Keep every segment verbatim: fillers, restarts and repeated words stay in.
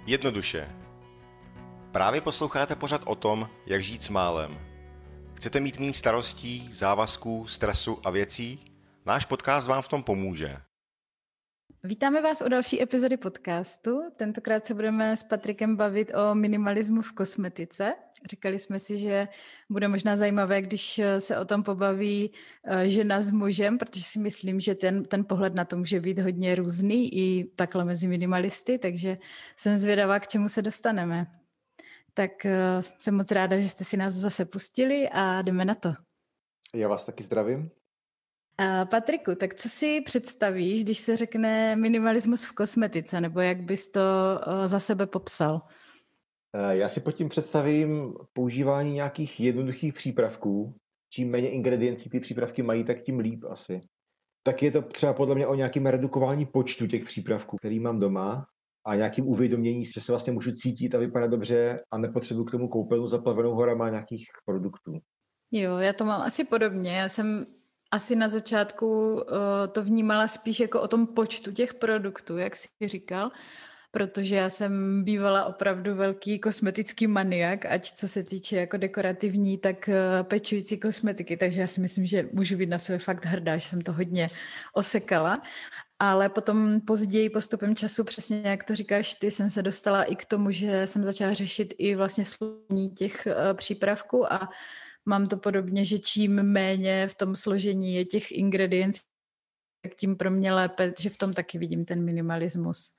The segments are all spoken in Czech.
Jednoduše. Právě posloucháte pořad o tom, jak žít s málem. Chcete mít méně starostí, závazků, stresu a věcí? Náš podcast vám v tom pomůže. Vítáme vás u další epizody podcastu. Tentokrát se budeme s Patrikem bavit o minimalismu v kosmetice. Říkali jsme si, že bude možná zajímavé, když se o tom pobaví žena s mužem, protože si myslím, že ten, ten pohled na to může být hodně různý i takhle mezi minimalisty, takže jsem zvědavá, k čemu se dostaneme. Tak jsem moc ráda, že jste si nás zase pustili a jdeme na to. Já vás taky zdravím. A Patriku, tak co si představíš, když se řekne minimalismus v kosmetice, nebo jak bys to za sebe popsal? Já si pod tím představím používání nějakých jednoduchých přípravků. Čím méně ingrediencí ty přípravky mají, tak tím líp asi. Tak je to třeba podle mě o nějakém redukování počtu těch přípravků, který mám doma, a nějakým uvědomění, že se vlastně můžu cítit a vypadat dobře a nepotřebuji k tomu koupelnu zaplavenou horama nějakých produktů. Jo, já to mám asi podobně. Já jsem asi na začátku uh, to vnímala spíš jako o tom počtu těch produktů, jak jsi říkal, protože já jsem bývala opravdu velký kosmetický maniak, ať co se týče jako dekorativní, tak uh, pečující kosmetiky, takže já si myslím, že můžu být na sebe fakt hrdá, že jsem to hodně osekala. Ale potom později postupem času, přesně jak to říkáš ty, jsem se dostala i k tomu, že jsem začala řešit i vlastně složení těch uh, přípravků a mám to podobně, že čím méně v tom složení je těch ingrediencí, tak tím pro mě lépe, že v tom taky vidím ten minimalismus.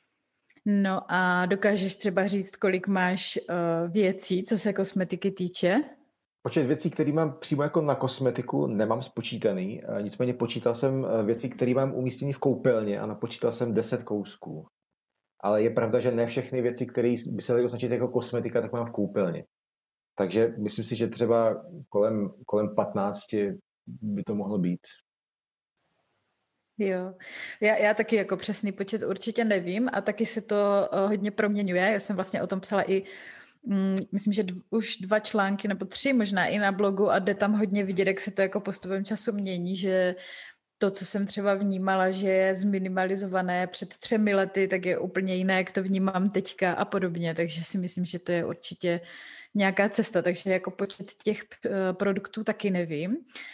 No a dokážeš třeba říct, kolik máš uh, věcí, co se kosmetiky týče? Počet věcí, které mám přímo jako na kosmetiku, nemám spočítaný. Nicméně počítal jsem věci, které mám umístěny v koupelně a napočítal jsem deset kousků. Ale je pravda, že ne všechny věci, které by se daly označit jako kosmetika, tak mám v koupelně. Takže myslím si, že třeba kolem, kolem patnácti by to mohlo být. Jo, já, já taky jako přesný počet určitě nevím a taky se to hodně proměňuje. Já jsem vlastně o tom psala i, mm, myslím, že dv, už dva články nebo tři možná i na blogu a jde tam hodně vidět, jak se to jako postupem času mění, že to, co jsem třeba vnímala, že je zminimalizované před třemi lety, tak je úplně jiné, jak to vnímám teďka a podobně, takže si myslím, že to je určitě nějaká cesta, takže jako počet těch produktů taky nevím,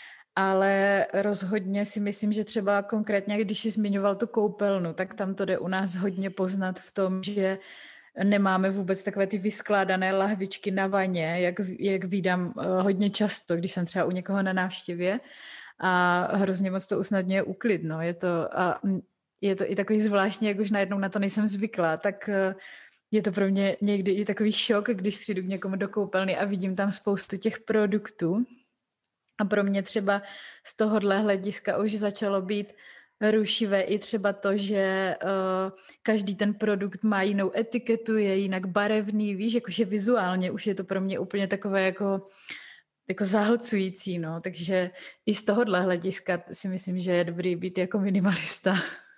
ale rozhodně si myslím, že třeba konkrétně, když jsi zmiňoval tu koupelnu, tak tam to jde u nás hodně poznat v tom, že nemáme vůbec takové ty vyskládané lahvičky na vaně, jak, jak vídám hodně často, když jsem třeba u někoho na návštěvě, a hrozně moc to usnadňuje úklid, no. Je to, a je to i takový zvláštní, jak už najednou na to nejsem zvyklá, tak je to pro mě někdy i takový šok, když přijdu k někomu do koupelny a vidím tam spoustu těch produktů. A pro mě třeba z tohohle hlediska už začalo být rušivé i třeba to, že uh, každý ten produkt má jinou etiketu, je jinak barevný, víš, jakože vizuálně už je to pro mě úplně takové jako jako zahlcující, no, takže i z tohohle hlediska si myslím, že je dobrý být jako minimalista.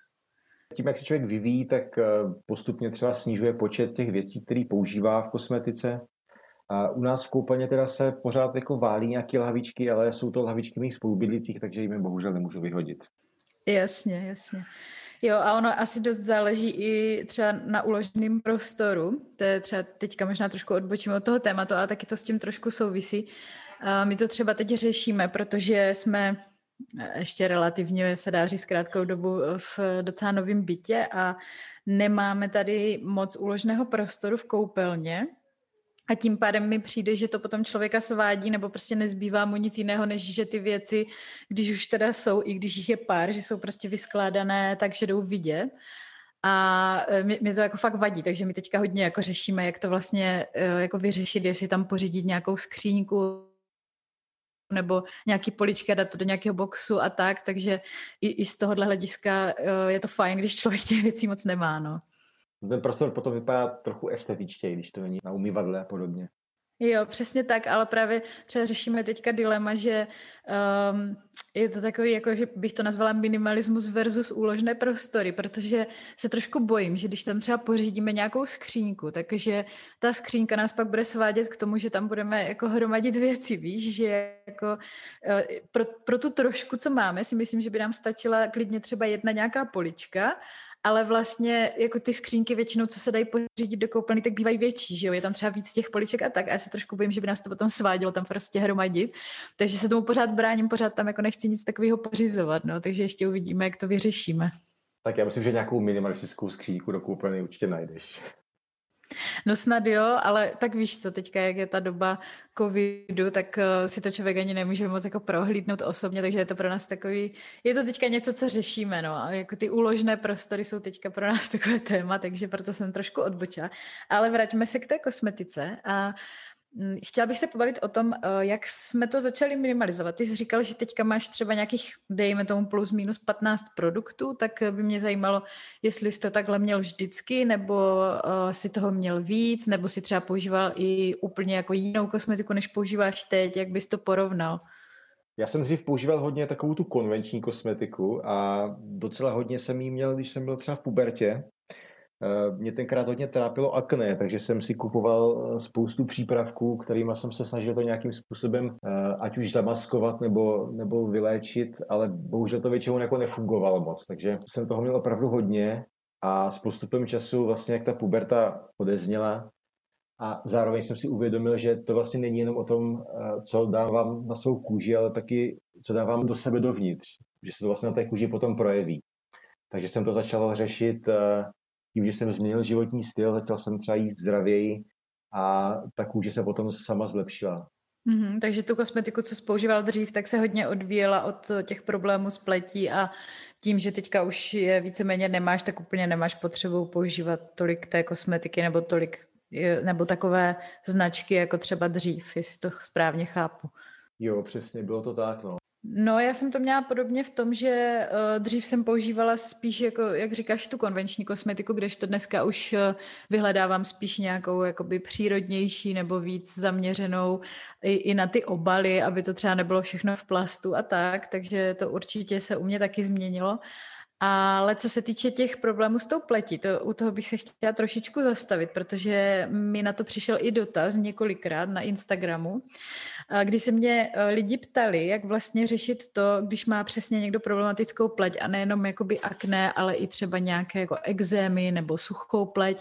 Tím, jak se člověk vyvíjí, tak postupně třeba snižuje počet těch věcí, které používá v kosmetice. A u nás v koupelně teda se pořád jako válí nějaké lahvičky, ale jsou to lahvičky mých spolubydlících, takže jim bohužel nemůžu vyhodit. Jasně, jasně. Jo, a ono asi dost záleží i třeba na uloženém prostoru. To je třeba teďka možná trošku odbočím od toho tématu, ale taky to s tím trošku souvisí. A my to třeba teď řešíme, protože jsme ještě relativně, se dá říct, krátkou dobu v docela novém bytě a nemáme tady moc uloženého prostoru v koupelně. A tím pádem mi přijde, že to potom člověka svádí, nebo prostě nezbývá mu nic jiného, než že ty věci, když už teda jsou, i když jich je pár, že jsou prostě vyskládané tak, že jdou vidět. A mě, mě to jako fakt vadí, takže my teďka hodně jako řešíme, jak to vlastně jako vyřešit, jestli tam pořídit nějakou skříňku nebo nějaký polička, dát to do nějakého boxu a tak, takže i, i z tohohle hlediska je to fajn, když člověk těch věcí moc nemá, no. Ten prostor potom vypadá trochu estetičtěji, když to není na umývadle a podobně. Jo, přesně tak, ale právě třeba řešíme teďka dilema, že um, je to takový, jako, že bych to nazvala minimalismus versus úložné prostory, protože se trošku bojím, že když tam třeba pořídíme nějakou skříňku, takže ta skříňka nás pak bude svádět k tomu, že tam budeme jako hromadit věci, víš, že jako uh, pro, pro tu trošku, co máme, si myslím, že by nám stačila klidně třeba jedna nějaká polička ale vlastně jako ty skřínky většinou, co se dají pořídit do koupelny, tak bývají větší, že jo, je tam třeba víc těch poliček a tak a já se trošku bojím, že by nás to potom svádělo tam prostě hromadit, takže se tomu pořád bráním, pořád tam jako nechci nic takového pořizovat, no, takže ještě uvidíme, jak to vyřešíme. Tak já myslím, že nějakou minimalistickou skříňku do koupelny určitě najdeš. No snad jo, ale tak víš co, teďka jak je ta doba covidu, tak uh, si to člověk ani nemůže moc jako prohlídnout osobně, takže je to pro nás takový, je to teďka něco, co řešíme, no, a jako ty úložné prostory jsou teďka pro nás takové téma, takže proto jsem trošku odbočila, ale vraťme se k té kosmetice a chtěla bych se pobavit o tom, jak jsme to začali minimalizovat. Ty jsi říkal, že teďka máš třeba nějakých, dejme tomu plus minus patnáct produktů, tak by mě zajímalo, jestli jsi to takhle měl vždycky, nebo uh, si toho měl víc, nebo si třeba používal i úplně jako jinou kosmetiku, než používáš teď, jak bys to porovnal? Já jsem dřív používal hodně takovou tu konvenční kosmetiku a docela hodně jsem jí měl, když jsem byl třeba v pubertě. Mě tenkrát hodně trápilo akné, takže jsem si kupoval spoustu přípravků, kterými jsem se snažil to nějakým způsobem ať už zamaskovat nebo, nebo vyléčit, ale bohužel to většinou jako nefungovalo moc, takže jsem toho měl opravdu hodně a s postupem času vlastně jak ta puberta odezněla a zároveň jsem si uvědomil, že to vlastně není jenom o tom, co dávám na svou kůži, ale taky co dávám do sebe dovnitř, že se to vlastně na té kůži potom projeví. Takže jsem to začal řešit tím, že jsem změnil životní styl, začal jsem třeba jíst zdravěji a ta kůže se potom sama zlepšila. Mm-hmm, takže tu kosmetiku, co jsi používal dřív, tak se hodně odvíjela od těch problémů s pletí a tím, že teďka už je víceméně nemáš, tak úplně nemáš potřebu používat tolik té kosmetiky nebo tolik, nebo takové značky jako třeba dřív, jestli to správně chápu. Jo, přesně, bylo to tak, no. No, já jsem to měla podobně v tom, že uh, dřív jsem používala spíš, jako, jak říkáš, tu konvenční kosmetiku, kdežto dneska už uh, vyhledávám spíš nějakou jakoby přírodnější nebo víc zaměřenou i, i na ty obaly, aby to třeba nebylo všechno v plastu a tak, takže to určitě se u mě taky změnilo. Ale co se týče těch problémů s tou pletí, to, u toho bych se chtěla trošičku zastavit, protože mi na to přišel i dotaz několikrát na Instagramu, kdy se mě lidi ptali, jak vlastně řešit to, když má přesně někdo problematickou pleť a nejenom jakoby akné, ale i třeba nějaké jako ekzémy nebo suchou pleť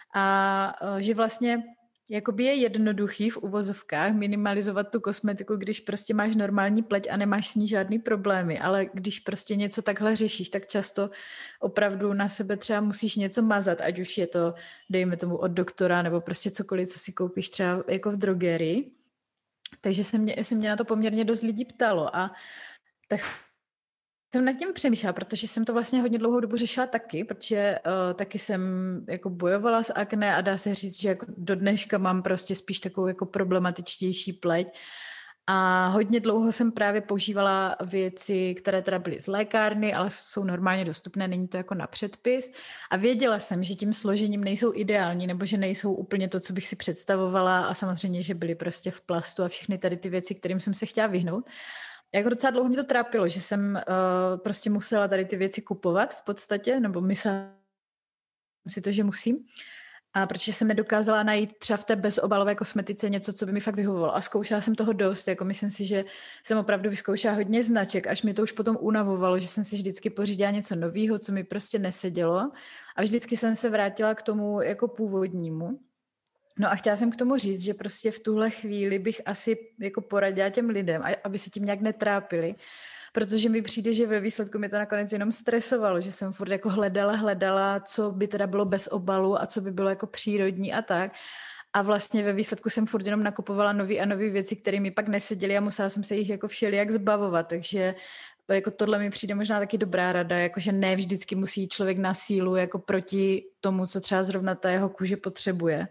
a že vlastně jakoby je jednoduchý v uvozovkách minimalizovat tu kosmetiku, když prostě máš normální pleť a nemáš s ní žádný problémy, ale když prostě něco takhle řešíš, tak často opravdu na sebe třeba musíš něco mazat, ať už je to, dejme tomu od doktora, nebo prostě cokoliv, co si koupíš třeba jako v drogerii. Takže se mě, se mě na to poměrně dost lidí ptalo a tak jsem nad tím přemýšlela, protože jsem to vlastně hodně dlouhou dobu řešila taky, protože uh, taky jsem jako bojovala s akné a dá se říct, že jako do dneška mám prostě spíš takovou jako problematičtější pleť. A hodně dlouho jsem právě používala věci, které teda byly z lékárny, ale jsou normálně dostupné, není to jako na předpis. A věděla jsem, že tím složením nejsou ideální, nebo že nejsou úplně to, co bych si představovala a samozřejmě, že byly prostě v plastu a všechny tady ty věci, kterým jsem se chtěla vyhnout. Jako docela dlouho mě to trápilo, že jsem uh, prostě musela tady ty věci kupovat v podstatě, nebo myslela si to, že musím. A protože jsem nedokázala najít třeba v té bezobalové kosmetice něco, co by mi fakt vyhovovalo. A zkoušela jsem toho dost, jako myslím si, že jsem opravdu vyzkoušela hodně značek, až mi to už potom unavovalo, že jsem si vždycky pořídila něco nového, co mi prostě nesedělo. A vždycky jsem se vrátila k tomu jako původnímu. No a chtěla jsem k tomu říct, že prostě v tuhle chvíli bych asi jako poradila těm lidem, aby se tím nějak netrápili, protože mi přijde, že ve výsledku mi to nakonec jenom stresovalo, že jsem furt jako hledala, hledala, co by teda bylo bez obalu a co by bylo jako přírodní a tak. A vlastně ve výsledku jsem furt jenom nakupovala nový a nový věci, které mi pak neseděly a musela jsem se jich jako všelijak zbavovat, takže jako tohle mi přijde možná taky dobrá rada, jakože ne vždycky musí člověk na sílu jako proti tomu, co třeba zrovna ta jeho kůže potřebuje.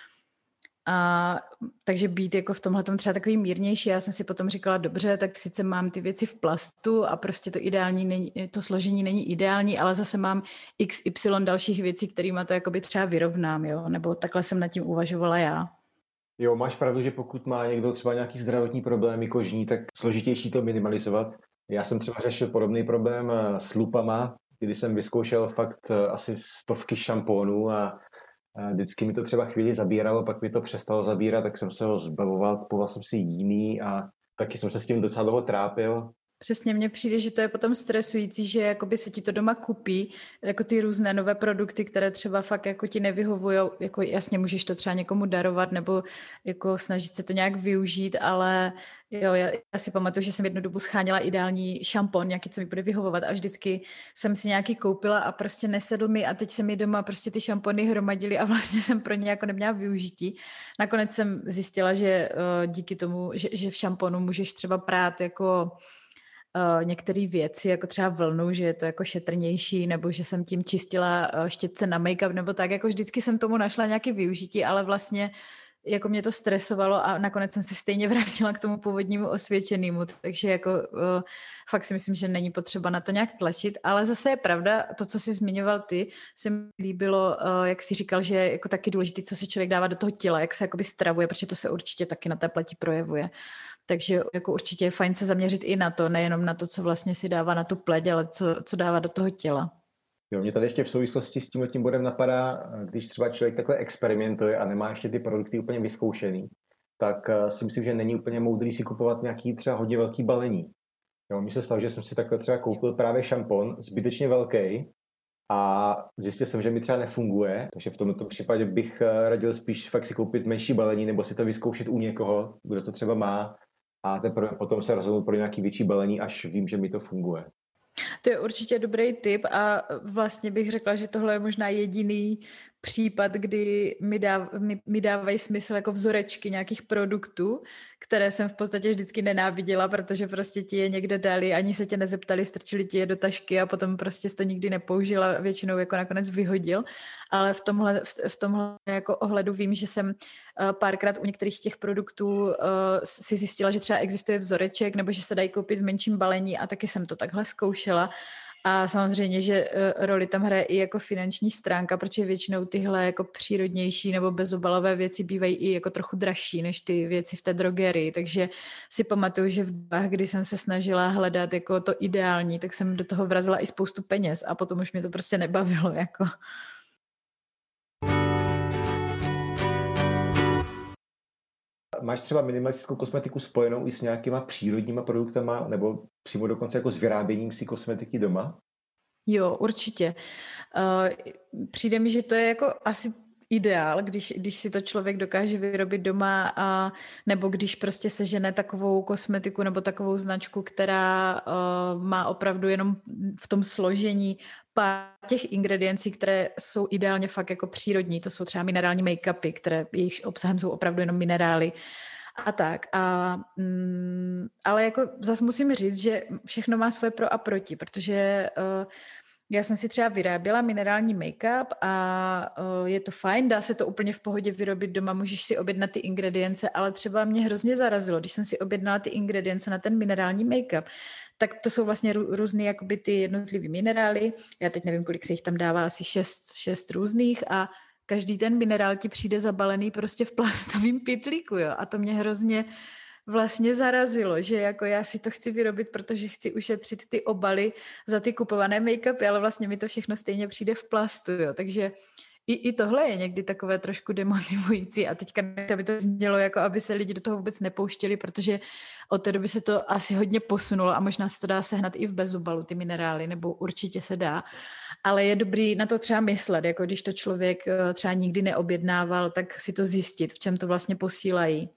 A takže být jako v tomhletom třeba takový mírnější. Já jsem si potom říkala, dobře, tak sice mám ty věci v plastu a prostě to ideální není, to složení není ideální, ale zase mám iks ypsilon dalších věcí, kterýma to jakoby třeba vyrovnám, jo, nebo takhle jsem nad tím uvažovala já. Jo, máš pravdu, že pokud má někdo třeba nějaký zdravotní problémy kožní, tak složitější to minimalizovat. Já jsem třeba řešil podobný problém s lupama, kdy jsem vyzkoušel fakt asi stovky šampónů a vždycky mi to třeba chvíli zabíralo, pak mi to přestalo zabírat, tak jsem se ho zbavoval, kupoval jsem si jiný a taky jsem se s tím docela dlouho trápil. Přesně, mně přijde, že to je potom stresující, že jakoby se ti to doma kupí, jako ty různé nové produkty, které třeba fakt jako ti nevyhovují, jako jasně můžeš to třeba někomu darovat nebo jako snažit se to nějak využít, ale jo, já, já si pamatuju, že jsem jednu dobu scháněla ideální šampon, nějaký, co mi bude vyhovovat a vždycky jsem si nějaký koupila a prostě nesedl mi a teď se mi doma prostě ty šampony hromadily a vlastně jsem pro ně jako neměla využití. Nakonec jsem zjistila, že uh, díky tomu, že, že v šamponu můžeš třeba prát jako Uh, některé věci, jako třeba vlnu, že je to jako šetrnější, nebo že jsem tím čistila uh, štětce na make-up, nebo tak, jako vždycky jsem tomu našla nějaké využití, ale vlastně jako mě to stresovalo a nakonec jsem se stejně vrátila k tomu původnímu osvědčenému, takže jako uh, fakt si myslím, že není potřeba na to nějak tlačit, ale zase je pravda, to, co jsi zmiňoval ty, se mi líbilo, uh, jak jsi říkal, že je jako taky důležité, co si člověk dává do toho těla, jak se jakoby stravuje, protože to se určitě taky na té pleti projevuje. Takže jako určitě je fajn se zaměřit i na to, nejenom na to, co vlastně si dává na tu pleť, ale co, co dává do toho těla. Jo, mě tady ještě v souvislosti s tímhle tím bodem napadá, když třeba člověk takhle experimentuje a nemá ještě ty produkty úplně vyzkoušený, tak si myslím, že není úplně moudrý si kupovat nějaký třeba hodně velký balení. Jo, mně se stalo, že jsem si takhle třeba koupil právě šampon, zbytečně velký, a zjistil jsem, že mi třeba nefunguje, takže v tomto případě bych radil spíš fakt si koupit menší balení nebo si to vyzkoušet u někoho, kdo to třeba má, a teprve potom se rozhodnu pro nějaký větší balení, až vím, že mi to funguje. To je určitě dobrý tip a vlastně bych řekla, že tohle je možná jediný případ, kdy mi, dáv, mi, mi dávají smysl jako vzorečky nějakých produktů, které jsem v podstatě vždycky nenáviděla, protože prostě ti je někde dali, ani se tě nezeptali, strčili ti je do tašky a potom prostě jsi to nikdy nepoužila, většinou jako nakonec vyhodil. Ale v tomhle, v, v tomhle jako ohledu vím, že jsem uh, párkrát u některých těch produktů uh, si zjistila, že třeba existuje vzoreček nebo že se dají koupit v menším balení a taky jsem to takhle zkoušela. A samozřejmě, že roli tam hraje i jako finanční stránka, protože většinou tyhle jako přírodnější nebo bezobalové věci bývají i jako trochu dražší než ty věci v té drogerii, takže si pamatuju, že v dobách, kdy jsem se snažila hledat jako to ideální, tak jsem do toho vrazila i spoustu peněz a potom už mě to prostě nebavilo jako. Máš třeba minimalistickou kosmetiku spojenou i s nějakýma přírodníma produktama nebo přímo dokonce jako s vyráběním si kosmetiky doma? Jo, určitě. Uh, přijde mi, že to je jako asi ideál, když, když si to člověk dokáže vyrobit doma a nebo když prostě sežene takovou kosmetiku nebo takovou značku, která uh, má opravdu jenom v tom složení pár těch ingrediencí, které jsou ideálně fakt jako přírodní. To jsou třeba minerální make-upy, které jejich obsahem jsou opravdu jenom minerály a tak. A, mm, ale jako zase musím říct, že všechno má svoje pro a proti, protože uh, já jsem si třeba vyráběla minerální make-up a uh, je to fajn, dá se to úplně v pohodě vyrobit doma, můžeš si objednat ty ingredience, ale třeba mě hrozně zarazilo, když jsem si objednala ty ingredience na ten minerální make-up, tak to jsou vlastně rů, různý jakoby ty jednotlivý minerály, já teď nevím, kolik se jich tam dává, asi šest, šest různých a každý ten minerál ti přijde zabalený prostě v plastovém pytlíku, jo, a to mě hrozně vlastně zarazilo, že jako já si to chci vyrobit, protože chci ušetřit ty obaly za ty kupované make-upy, ale vlastně mi to všechno stejně přijde v plastu, jo. Takže i, i tohle je někdy takové trošku demotivující a teďka by to znělo, jako aby se lidi do toho vůbec nepouštěli, protože od té doby se to asi hodně posunulo a možná se to dá sehnat i v bezobalu, ty minerály, nebo určitě se dá. Ale je dobrý na to třeba myslet, jako když to člověk třeba nikdy neobjednával, tak si to zjistit, v čem to vlastně posílají.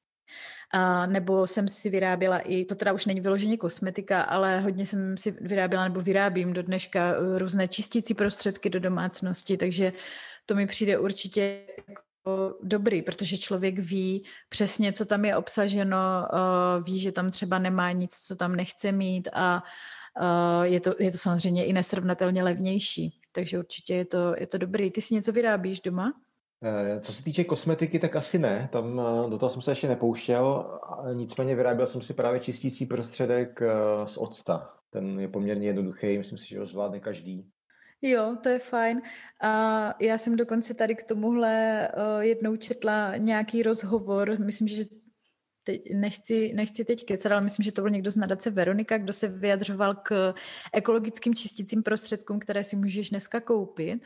A nebo jsem si vyráběla i, to teda už není vyloženě kosmetika, ale hodně jsem si vyráběla nebo vyrábím do dneška různé čistící prostředky do domácnosti, takže to mi přijde určitě jako dobrý, protože člověk ví přesně, co tam je obsaženo, ví, že tam třeba nemá nic, co tam nechce mít a je to, je to samozřejmě i nesrovnatelně levnější, takže určitě je to, je to dobrý. Ty si něco vyrábíš doma? Co se týče kosmetiky, tak asi ne. Tam do toho jsem se ještě nepouštěl. Nicméně vyráběl jsem si právě čistící prostředek z octa. Ten je poměrně jednoduchý, myslím si, že ho zvládne každý. Jo, to je fajn. A já jsem dokonce tady k tomuhle jednou četla nějaký rozhovor, myslím, že teď, nechci, nechci teď kecat, ale myslím, že to byl někdo z nadace Veronika, kdo se vyjadřoval k ekologickým čistícím prostředkům, které si můžeš dneska koupit.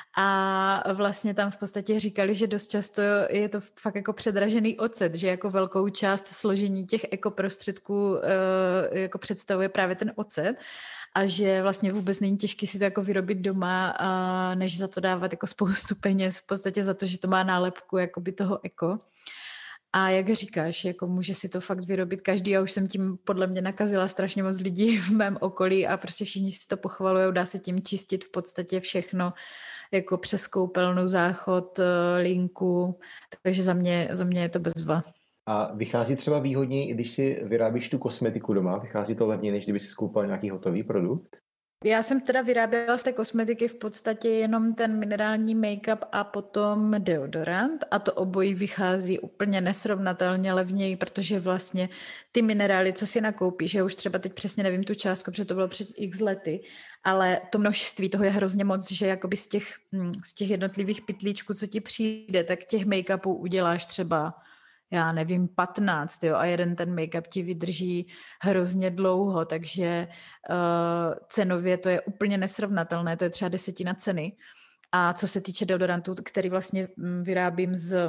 A vlastně tam v podstatě říkali, že dost často je to fakt jako předražený ocet, že jako velkou část složení těch ekoprostředků jako představuje právě ten ocet a že vlastně vůbec není těžké si to jako vyrobit doma, a než za to dávat jako spoustu peněz v podstatě za to, že to má nálepku jakoby toho eko. A jak říkáš, jako může si to fakt vyrobit každý. Já už jsem tím podle mě nakazila strašně moc lidí v mém okolí a prostě všichni si to pochvalujou, dá se tím čistit v podstatě všechno, jako přes koupelnu, záchod, linku, takže za mě, za mě je to bezva. A vychází třeba výhodněji, když si vyrábíš tu kosmetiku doma? Vychází to levněji, než kdyby si skoupal nějaký hotový produkt? Já jsem teda vyráběla z té kosmetiky v podstatě jenom ten minerální make-up a potom deodorant a to obojí vychází úplně nesrovnatelně levněji, protože vlastně ty minerály, co si nakoupíš, já už třeba teď přesně nevím tu částku, protože to bylo před x lety, ale to množství toho je hrozně moc, že jakoby z těch, z těch jednotlivých pytlíčků, co ti přijde, tak těch make-upů uděláš třeba já nevím, patnáct, jo, a jeden ten make-up ti vydrží hrozně dlouho, takže uh, cenově to je úplně nesrovnatelné, to je třeba desetina ceny. A co se týče deodorantů, který vlastně vyrábím z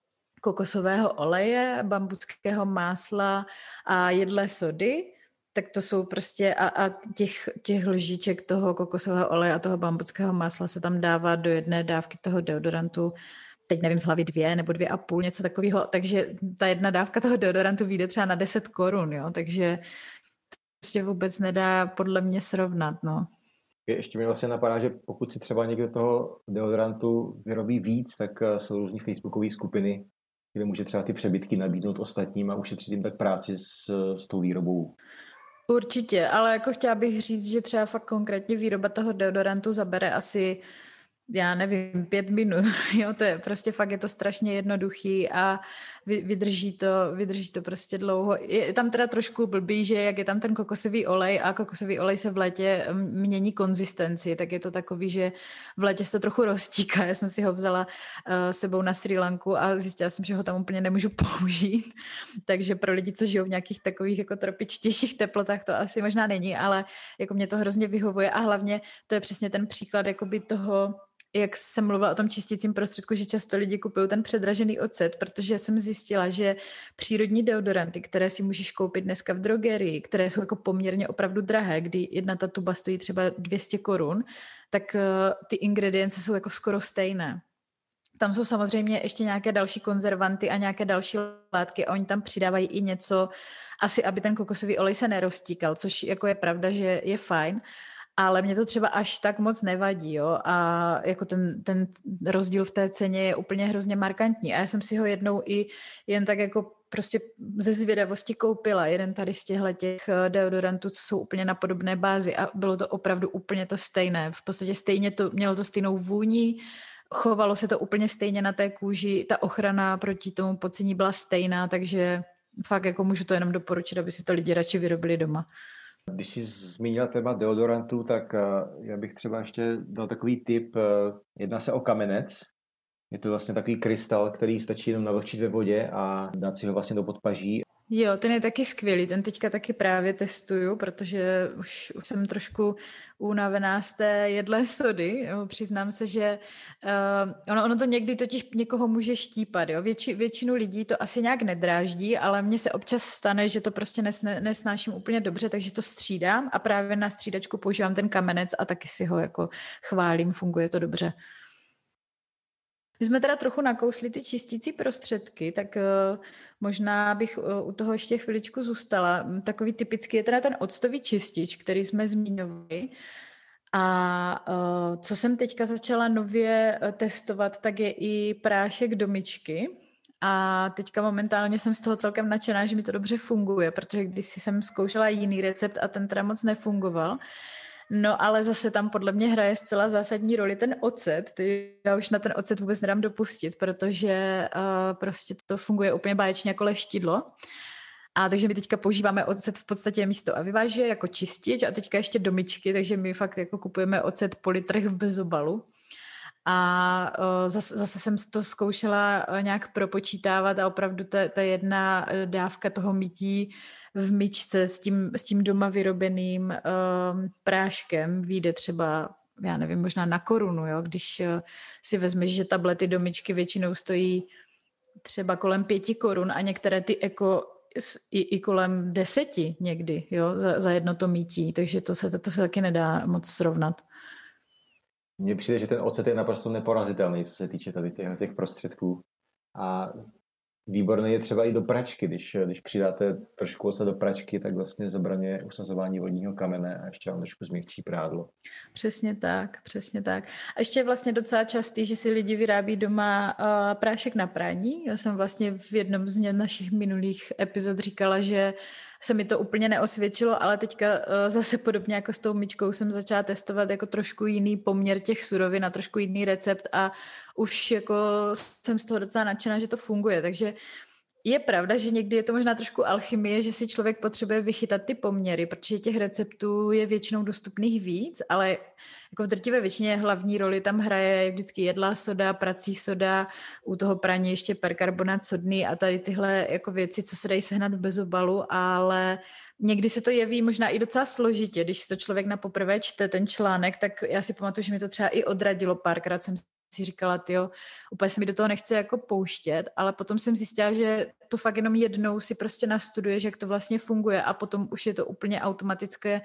kokosového oleje, bambuckého másla a jedlé sody, tak to jsou prostě, a, a těch, těch lžiček toho kokosového oleje a toho bambuckého másla se tam dává do jedné dávky toho deodorantu, teď nevím, z hlavy dvě nebo dvě a půl, něco takového, takže ta jedna dávka toho deodorantu vyjde třeba na deset korun, jo, takže to prostě vůbec nedá podle mě srovnat, no. Ještě mi vlastně napadá, že pokud si třeba někdo toho deodorantu vyrobí víc, tak jsou různý facebookové skupiny, kde může třeba ty přebytky nabídnout ostatním a ušetřit jim tak práci s, s tou výrobou. Určitě, ale jako chtěla bych říct, že třeba fakt konkrétně výroba toho deodorantu zabere asi já nevím, pět minut, jo, to je prostě fakt, je to strašně jednoduchý a vydrží to, vydrží to prostě dlouho. Je tam teda trošku blbý, že jak je tam ten kokosový olej a kokosový olej se v létě mění konzistenci, tak je to takový, že v létě se to trochu roztíká. Já jsem si ho vzala uh, sebou na Srí Lanku a zjistila jsem, že ho tam úplně nemůžu použít, takže pro lidi, co žijou v nějakých takových jako tropičtějších teplotách, to asi možná není, ale jako mě to hrozně vyhovuje a hlavně to je přesně ten příklad jakoby toho, jak jsem mluvila o tom čistícím prostředku, že často lidi kupují ten předražený ocet, protože jsem zjistila, že přírodní deodoranty, které si můžeš koupit dneska v drogerii, které jsou jako poměrně opravdu drahé, kdy jedna ta tuba stojí třeba dvě stě korun, tak ty ingredience jsou jako skoro stejné. Tam jsou samozřejmě ještě nějaké další konzervanty a nějaké další látky a oni tam přidávají i něco, asi aby ten kokosový olej se neroztíkal, což jako je pravda, že je fajn, ale mě to třeba až tak moc nevadí, jo, a jako ten, ten rozdíl v té ceně je úplně hrozně markantní a já jsem si ho jednou i jen tak jako prostě ze zvědavosti koupila, jeden tady z těchto těch deodorantů, co jsou úplně na podobné bázi a bylo to opravdu úplně to stejné, v podstatě stejně to, mělo to stejnou vůni, chovalo se to úplně stejně na té kůži, ta ochrana proti tomu pocení byla stejná, takže fakt jako můžu to jenom doporučit, aby si to lidi radši vyrobili doma. Když jsi zmínila téma deodorantů, tak já bych třeba ještě dal takový tip. Jedná se o kamenec. Je to vlastně takový krystal, který stačí jenom navlhčit ve vodě a dát si ho vlastně do podpaží. Jo, ten je taky skvělý, ten teďka taky právě testuju, protože už, už jsem trošku unavená z té jedlé sody, jo. Přiznám se, že uh, ono, ono to někdy totiž někoho může štípat, jo. Větši, většinu lidí to asi nějak nedráždí, ale mně se občas stane, že to prostě nesne, nesnáším úplně dobře, takže to střídám a právě na střídačku používám ten kamenec a taky si ho jako chválím, funguje to dobře. My jsme teda trochu nakousli ty čistící prostředky, tak uh, možná bych uh, u toho ještě chviličku zůstala. Takový typický je teda ten octový čistič, který jsme zmiňovali. A uh, co jsem teďka začala nově uh, testovat, tak je i prášek do myčky. A teďka momentálně jsem z toho celkem nadšená, že mi to dobře funguje, protože když jsem zkoušela jiný recept a ten teda moc nefungoval, no ale zase tam podle mě hraje zcela zásadní roli ten ocet. Já už na ten ocet vůbec nedám dopustit, protože uh, prostě to funguje úplně báječně jako leštidlo. A takže my teďka používáme ocet v podstatě místo aviváže jako čistič a teďka ještě do myčky, takže my fakt jako kupujeme ocet po litrech v bezobalu. A uh, zase, zase jsem to zkoušela uh, nějak propočítávat a opravdu ta, ta jedna uh, dávka toho mytí v myčce s tím, s tím doma vyrobeným uh, práškem vyjde třeba, já nevím, možná na korunu, jo? Když uh, si vezmeš, že tablety do myčky většinou stojí třeba kolem pěti korun a některé ty eko i, i kolem deseti někdy, jo, za, za jedno to mítí, takže to se, to se taky nedá moc srovnat. Mně přijde, že ten ocet je naprosto neporazitelný, co se týče tady těch, těch prostředků. A výborný je třeba i do pračky, když, když přidáte trošku ocet do pračky, tak vlastně zabraňuje usazování vodního kamene a ještě vám trošku změkčí prádlo. Přesně tak, přesně tak. A ještě je vlastně docela častý, že si lidi vyrábí doma uh, prášek na prání. Já jsem vlastně v jednom z našich minulých epizod říkala, že se mi to úplně neosvědčilo, ale teďka uh, zase podobně jako s tou myčkou jsem začala testovat jako trošku jiný poměr těch surovin a trošku jiný recept a už jako jsem z toho docela nadšená, že to funguje, takže je pravda, že někdy je to možná trošku alchymie, že si člověk potřebuje vychytat ty poměry, protože těch receptů je většinou dostupných víc, ale jako v drtivé většině hlavní roli tam hraje vždycky jedlá soda, prací soda, u toho praní ještě perkarbonát sodný a tady tyhle jako věci, co se dají sehnat v bezobalu, ale někdy se to jeví možná i docela složitě, když to člověk na poprvé čte ten článek, tak já si pamatuju, že mi to třeba i odradilo, párkrát jsem si říkala, tyjo, úplně se mi do toho nechce jako pouštět, ale potom jsem zjistila, že to fakt jenom jednou si prostě nastuduješ, jak to vlastně funguje a potom už je to úplně automatické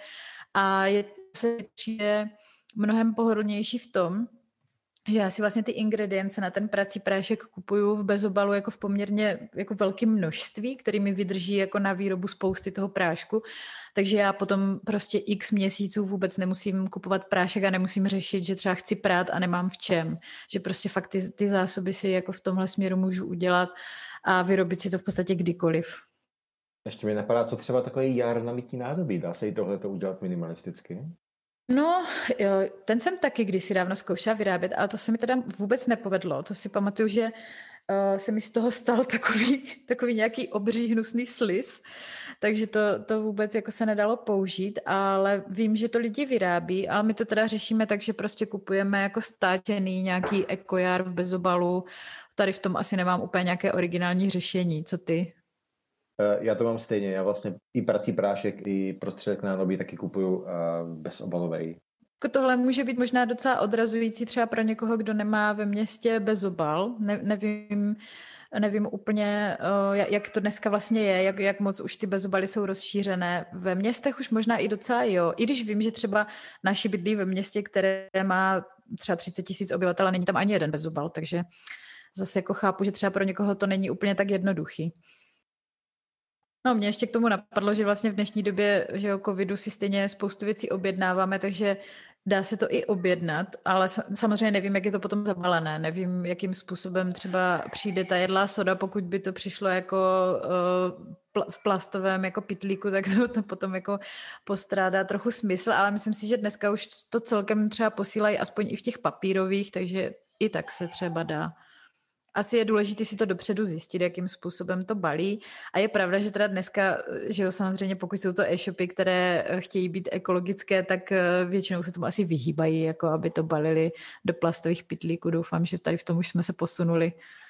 a je se přijde mnohem pohodlnější v tom, že já si vlastně ty ingredience na ten prací prášek kupuju v bezobalu jako v poměrně jako velkém množství, který mi vydrží jako na výrobu spousty toho prášku, takže já potom prostě x měsíců vůbec nemusím kupovat prášek a nemusím řešit, že třeba chci prát a nemám v čem, že prostě fakt ty, ty zásoby si jako v tomhle směru můžu udělat a vyrobit si to v podstatě kdykoliv. Ještě mi napadá, co třeba takový jar na mytí nádobí, dá se i tohleto udělat minimalisticky? No, jo, ten jsem taky kdysi dávno zkoušela vyrábět, ale to se mi teda vůbec nepovedlo. To si pamatuju, že uh, se mi z toho stal takový, takový nějaký obří hnusný sliz, takže to, to vůbec jako se nedalo použít, ale vím, že to lidi vyrábí, ale my to teda řešíme tak, že prostě kupujeme jako stáčený nějaký ekojar v bezobalu. Tady v tom asi nemám úplně nějaké originální řešení. Co ty? Já to mám stejně, já vlastně i prací prášek, i prostředek na nádobí taky kupuju bezobalovej. Tohle může být možná docela odrazující třeba pro někoho, kdo nemá ve městě bezobal. Ne, nevím, nevím úplně, jak to dneska vlastně je, jak, jak moc už ty bezobaly jsou rozšířené. Ve městech už možná i docela jo, i když vím, že třeba naši bydlí ve městě, které má třeba třicet tisíc obyvatel a není tam ani jeden bezobal, takže zase jako chápu, že třeba pro někoho to není úplně tak jednoduchý. No, mě ještě k tomu napadlo, že vlastně v dnešní době, že o covidu si stejně spoustu věcí objednáváme, takže dá se to i objednat, ale samozřejmě nevím, jak je to potom zabalené. Nevím, jakým způsobem třeba přijde ta jedlá soda, pokud by to přišlo jako uh, v plastovém jako pytlíku, tak to, to potom jako postrádá trochu smysl, ale myslím si, že dneska už to celkem třeba posílají aspoň i v těch papírových, takže i tak se třeba dá. Asi je důležité si to dopředu zjistit, jakým způsobem to balí. A je pravda, že teda dneska, že jo, samozřejmě pokud jsou to e-shopy, které chtějí být ekologické, tak většinou se tomu asi vyhýbají, jako aby to balili do plastových pytlíků. Doufám, že tady v tom už jsme se posunuli.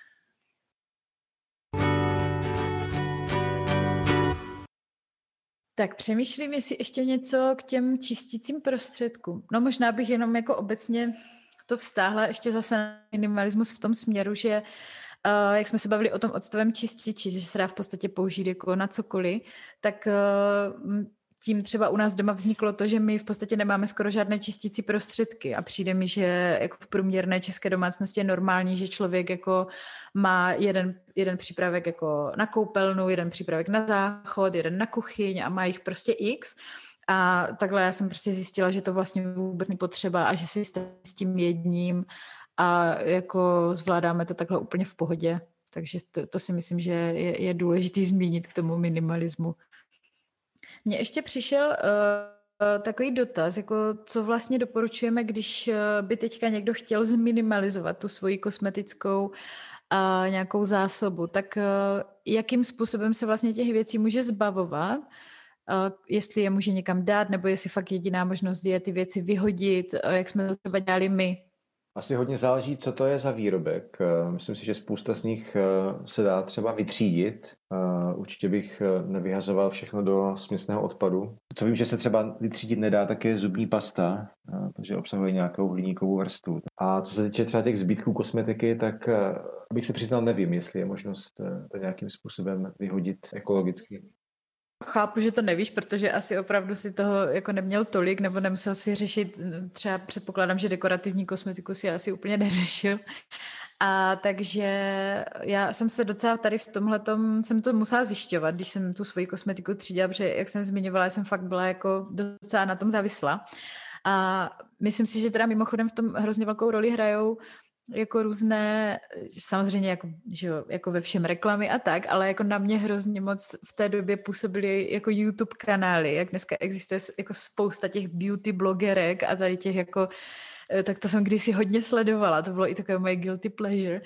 Tak přemýšlím, jestli ještě něco k těm čistícím prostředkům. No možná bych jenom jako obecně to vztáhla ještě zase na minimalismus v tom směru, že uh, jak jsme se bavili o tom octovém čističi, že se dá v podstatě použít jako na cokoliv, tak uh, tím třeba u nás doma vzniklo to, že my v podstatě nemáme skoro žádné čistící prostředky a přijde mi, že jako v průměrné české domácnosti je normální, že člověk jako má jeden, jeden přípravek jako na koupelnu, jeden přípravek na záchod, jeden na kuchyň a má jich prostě x. A takhle já jsem prostě zjistila, že to vlastně vůbec není potřeba a že si s tím jedním a jako zvládáme to takhle úplně v pohodě. Takže to, to si myslím, že je, je důležitý zmínit k tomu minimalismu. Mně ještě přišel uh, takový dotaz, jako co vlastně doporučujeme, když by teďka někdo chtěl zminimalizovat tu svoji kosmetickou uh, nějakou zásobu, tak uh, jakým způsobem se vlastně těch věcí může zbavovat? Uh, jestli je může někam dát, nebo jestli fakt jediná možnost je ty věci vyhodit, uh, jak jsme to třeba dělali my. Asi hodně záleží, co to je za výrobek. Myslím si, že spousta z nich se dá třeba vytřídit. Určitě bych nevyhazoval všechno do směsného odpadu. Co vím, že se třeba vytřídit nedá, tak je zubní pasta, protože obsahuje nějakou hliníkovou vrstvu. A co se týče třeba těch zbytků kosmetiky, tak abych se přiznal, nevím, jestli je možnost to nějakým způsobem vyhodit ekologicky. Chápu, že to nevíš, protože asi opravdu si toho jako neměl tolik, nebo nemusel si řešit, třeba předpokládám, že dekorativní kosmetiku si asi úplně neřešil. A takže já jsem se docela tady v tomhletom, jsem to musela zjišťovat, když jsem tu svoji kosmetiku třídila, protože jak jsem zmiňovala, jsem fakt byla jako docela na tom závislá. A myslím si, že teda mimochodem v tom hrozně velkou roli hrajou jako různé, samozřejmě jako, že jo, jako ve všem reklamy a tak, ale jako na mě hrozně moc v té době působily jako YouTube kanály, jak dneska existuje jako spousta těch beauty blogerek a tady těch jako, tak to jsem kdysi hodně sledovala, to bylo i takové moje guilty pleasure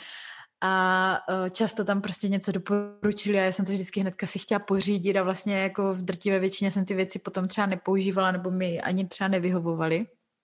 a často tam prostě něco doporučili a já jsem to vždycky hnedka si chtěla pořídit a vlastně jako v drtivé většině jsem ty věci potom třeba nepoužívala nebo mi ani třeba nevyhovovaly.